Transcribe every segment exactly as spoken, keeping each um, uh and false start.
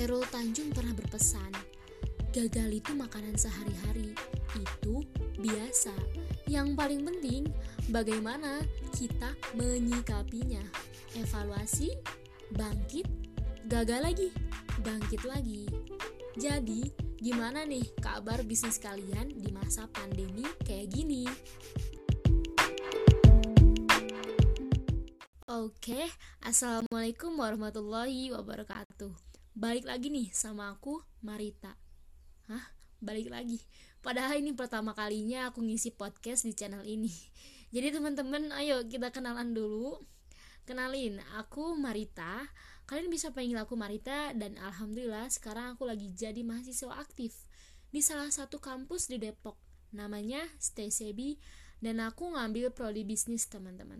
Chairul Tanjung pernah berpesan, gagal itu makanan sehari-hari, itu biasa. Yang paling penting, bagaimana kita menyikapinya. Evaluasi, bangkit, gagal lagi, bangkit lagi. Jadi, gimana nih kabar bisnis kalian di masa pandemi kayak gini? Oke, assalamualaikum warahmatullahi wabarakatuh. Balik lagi nih sama aku, Marita. Hah? Balik lagi? Padahal ini pertama kalinya aku ngisi podcast di channel ini. Jadi teman-teman, ayo kita kenalan dulu. Kenalin, aku Marita. Kalian bisa panggil aku Marita. Dan alhamdulillah sekarang aku lagi jadi mahasiswa aktif di salah satu kampus di Depok, namanya Stay Sebi. Dan aku ngambil prodi bisnis, teman-teman.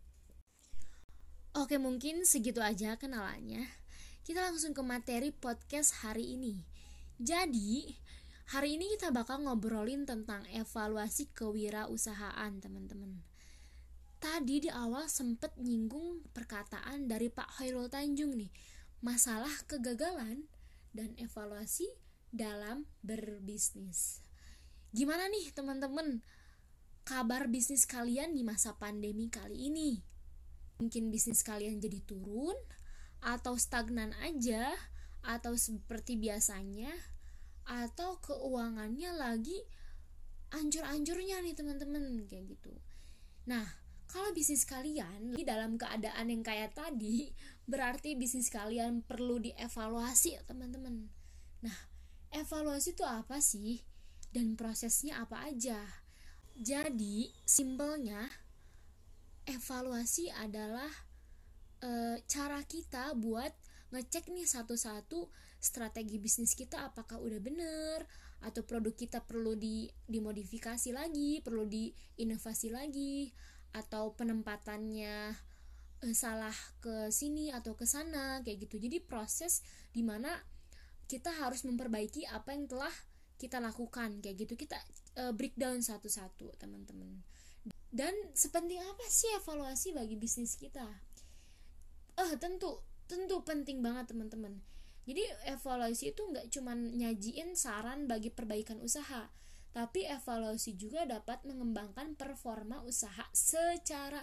Oke, mungkin segitu aja kenalannya. Kita langsung ke materi podcast hari ini. Jadi, hari ini kita bakal ngobrolin tentang evaluasi kewirausahaan, teman-teman. Tadi di awal sempet nyinggung perkataan dari Pak Chairul Tanjung nih, masalah kegagalan dan evaluasi dalam berbisnis. Gimana nih teman-teman kabar bisnis kalian di masa pandemi kali ini? Mungkin bisnis kalian jadi turun, atau stagnan aja, atau seperti biasanya, atau keuangannya lagi anjur-anjurnya nih teman-teman, kayak gitu. Nah, kalau bisnis kalian dalam keadaan yang kayak tadi, berarti bisnis kalian perlu dievaluasi, teman-teman. Nah, evaluasi itu apa sih? Dan prosesnya apa aja? Jadi, simpelnya, evaluasi adalah e, cara kita buat ngecek nih satu-satu strategi bisnis kita apakah udah bener, atau produk kita perlu di, dimodifikasi lagi, perlu diinovasi lagi, atau penempatannya e, salah ke sini atau ke sana, kayak gitu. Jadi proses dimana kita harus memperbaiki apa yang telah kita lakukan, kayak gitu. Kita e, breakdown satu-satu, teman-teman. Dan sepenting apa sih evaluasi bagi bisnis kita? Eh tentu tentu penting banget, teman-teman. Jadi evaluasi itu nggak cuma nyajiin saran bagi perbaikan usaha, tapi evaluasi juga dapat mengembangkan performa usaha secara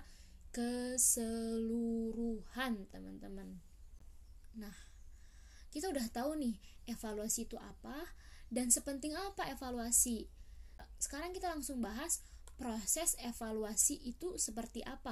keseluruhan, teman-teman. Nah, kita udah tahu nih evaluasi itu apa dan sepenting apa evaluasi. Sekarang kita langsung bahas proses evaluasi itu seperti apa.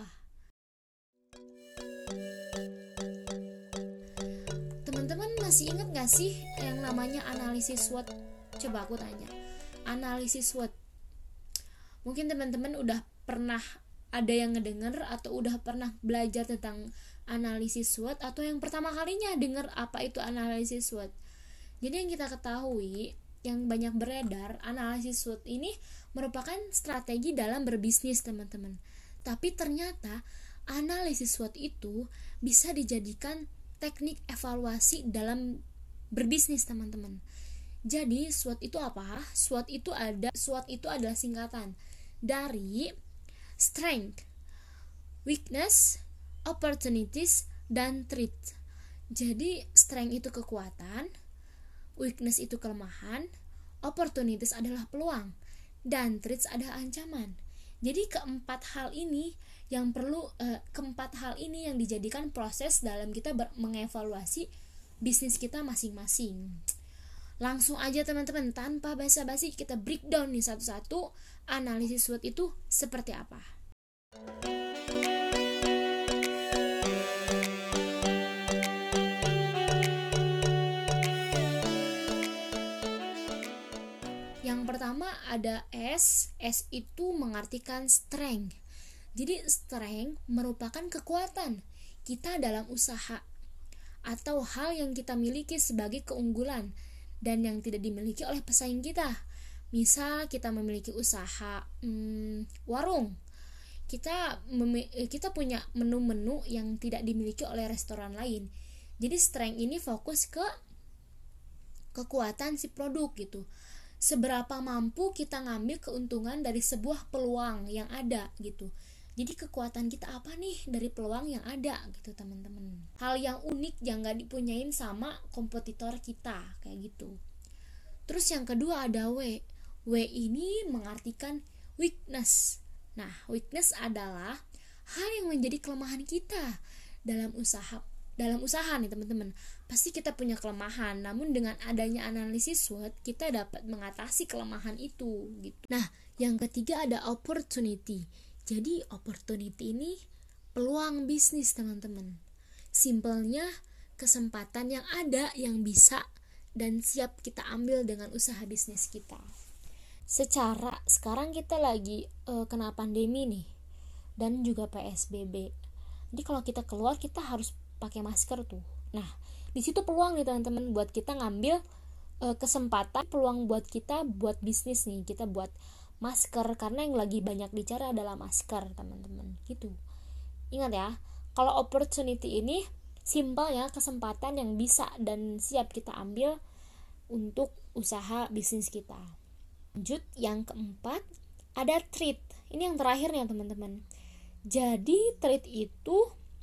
Teman-teman masih ingat gak sih yang namanya analisis SWOT? Coba aku tanya, analisis SWOT. Mungkin teman-teman udah pernah ada yang ngedenger atau udah pernah belajar tentang analisis SWOT, atau yang pertama kalinya denger apa itu analisis SWOT. Jadi yang kita ketahui, yang banyak beredar, analisis SWOT ini merupakan strategi dalam berbisnis, teman-teman. Tapi ternyata analisis SWOT itu bisa dijadikan teknik evaluasi dalam berbisnis, teman-teman. Jadi SWOT itu apa? SWOT itu ada SWOT itu adalah singkatan dari strength, weakness, opportunities, dan threat. Jadi strength itu kekuatan, weakness itu kelemahan, opportunities adalah peluang, dan threats adalah ancaman. Jadi keempat hal ini yang perlu eh, keempat hal ini yang dijadikan proses dalam kita ber- mengevaluasi bisnis kita masing-masing. Langsung aja teman-teman, tanpa basa-basi kita breakdown nih satu-satu analisis SWOT itu seperti apa. Yang pertama ada S. S itu mengartikan strength. Jadi strength merupakan kekuatan kita dalam usaha atau hal yang kita miliki sebagai keunggulan dan yang tidak dimiliki oleh pesaing kita. Misal kita memiliki usaha hmm, warung, kita mem- kita punya menu-menu yang tidak dimiliki oleh restoran lain. Jadi strength ini fokus ke kekuatan si produk gitu. Seberapa mampu kita ngambil keuntungan dari sebuah peluang yang ada gitu. Jadi kekuatan kita apa nih dari peluang yang ada gitu teman-teman. Hal yang unik yang gak dipunyain sama kompetitor kita kayak gitu. Terus yang kedua ada W. W ini mengartikan weakness. Nah, weakness adalah hal yang menjadi kelemahan kita dalam usaha dalam usaha nih teman-teman. Pasti kita punya kelemahan, namun dengan adanya analisis SWOT kita dapat mengatasi kelemahan itu gitu. Nah, yang ketiga ada opportunity. Jadi opportunity ini peluang bisnis teman-teman. Simpelnya kesempatan yang ada yang bisa dan siap kita ambil dengan usaha bisnis kita. Secara sekarang kita lagi uh, kena pandemi nih dan juga P S B B. Jadi kalau kita keluar kita harus pakai masker tuh. Nah, di situ peluang nih teman-teman buat kita ngambil uh, kesempatan, peluang buat kita buat bisnis nih, kita buat masker karena yang lagi banyak bicara adalah masker teman-teman gitu. Ingat ya, kalau opportunity ini simpel ya, kesempatan yang bisa dan siap kita ambil untuk usaha bisnis kita. Lanjut yang keempat ada threat. Ini yang terakhir nih teman-teman. Jadi threat itu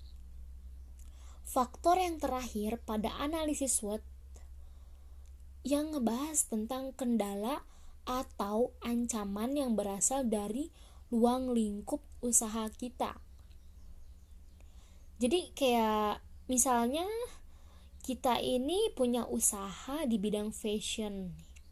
faktor yang terakhir pada analisis SWOT yang ngebahas tentang kendala atau ancaman yang berasal dari ruang lingkup usaha kita. Jadi kayak misalnya kita ini punya usaha di bidang fashion.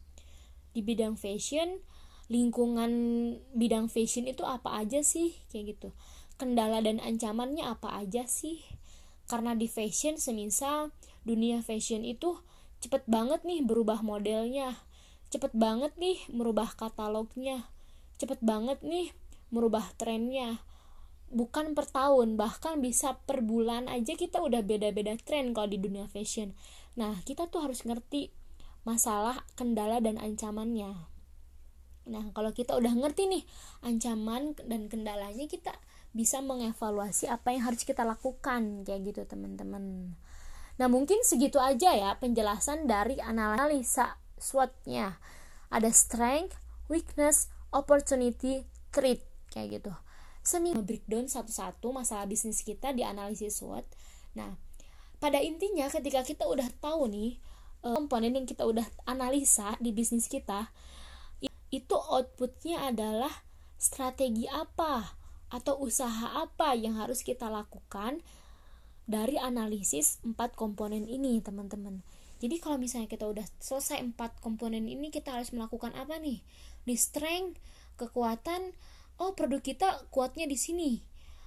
Di bidang fashion, lingkungan bidang fashion itu apa aja sih? Kayak gitu. Kendala dan ancamannya apa aja sih? Karena di fashion semisal dunia fashion itu cepet banget nih berubah modelnya. Cepet banget nih merubah katalognya, cepet banget nih merubah trennya. Bukan per tahun, bahkan bisa per bulan aja kita udah beda-beda tren kalau di dunia fashion. Nah, kita tuh harus ngerti masalah kendala dan ancamannya. Nah, kalau kita udah ngerti nih ancaman dan kendalanya, kita bisa mengevaluasi apa yang harus kita lakukan kayak gitu teman-teman. Nah, mungkin segitu aja ya penjelasan dari analisa SWOT-nya. Ada strength, weakness, opportunity, threat kayak gitu. Semi breakdown satu-satu masalah bisnis kita di analisis SWOT. Nah, pada intinya ketika kita udah tahu nih komponen yang kita udah analisa di bisnis kita, itu outputnya adalah strategi apa atau usaha apa yang harus kita lakukan dari analisis empat komponen ini teman-teman. Jadi kalau misalnya kita udah selesai empat komponen ini, kita harus melakukan apa nih? Di strength, kekuatan, oh produk kita kuatnya di sini.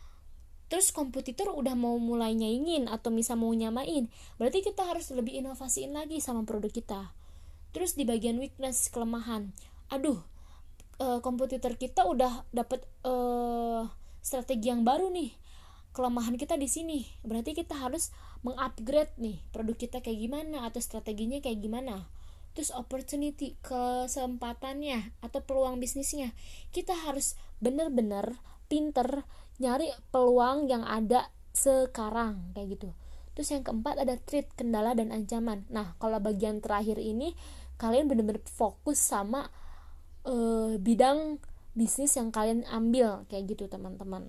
Terus kompetitor udah mau mulai nyaingin atau misal mau nyamain, berarti kita harus lebih inovasiin lagi sama produk kita. Terus di bagian weakness, kelemahan, aduh uh, kompetitor kita udah dapet uh, strategi yang baru nih, kelemahan kita di sini, berarti kita harus mengupgrade nih produk kita kayak gimana atau strateginya kayak gimana. Terus opportunity, kesempatannya atau peluang bisnisnya, kita harus bener-bener pinter nyari peluang yang ada sekarang kayak gitu. Terus yang keempat ada threat, kendala dan ancaman. Nah, kalau bagian terakhir ini kalian bener-bener fokus sama uh, bidang bisnis yang kalian ambil kayak gitu teman-teman.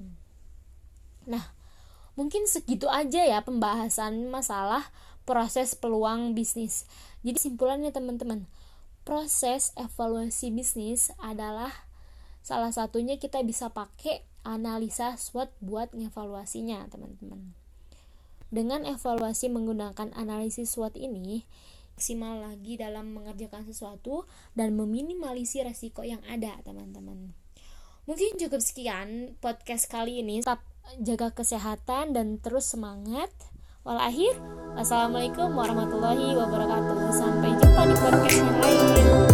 Nah, mungkin segitu aja ya pembahasan masalah proses peluang bisnis. Jadi simpulannya teman-teman, proses evaluasi bisnis adalah salah satunya kita bisa pakai analisa SWOT buat ngevaluasinya teman-teman. Dengan evaluasi menggunakan analisis SWOT ini, maksimal lagi dalam mengerjakan sesuatu dan meminimalisir resiko yang ada teman-teman. Mungkin cukup sekian podcast kali ini. Tetap jaga kesehatan dan terus semangat. Walakhir, wassalamualaikum warahmatullahi wabarakatuh. Sampai jumpa di podcast yang lain.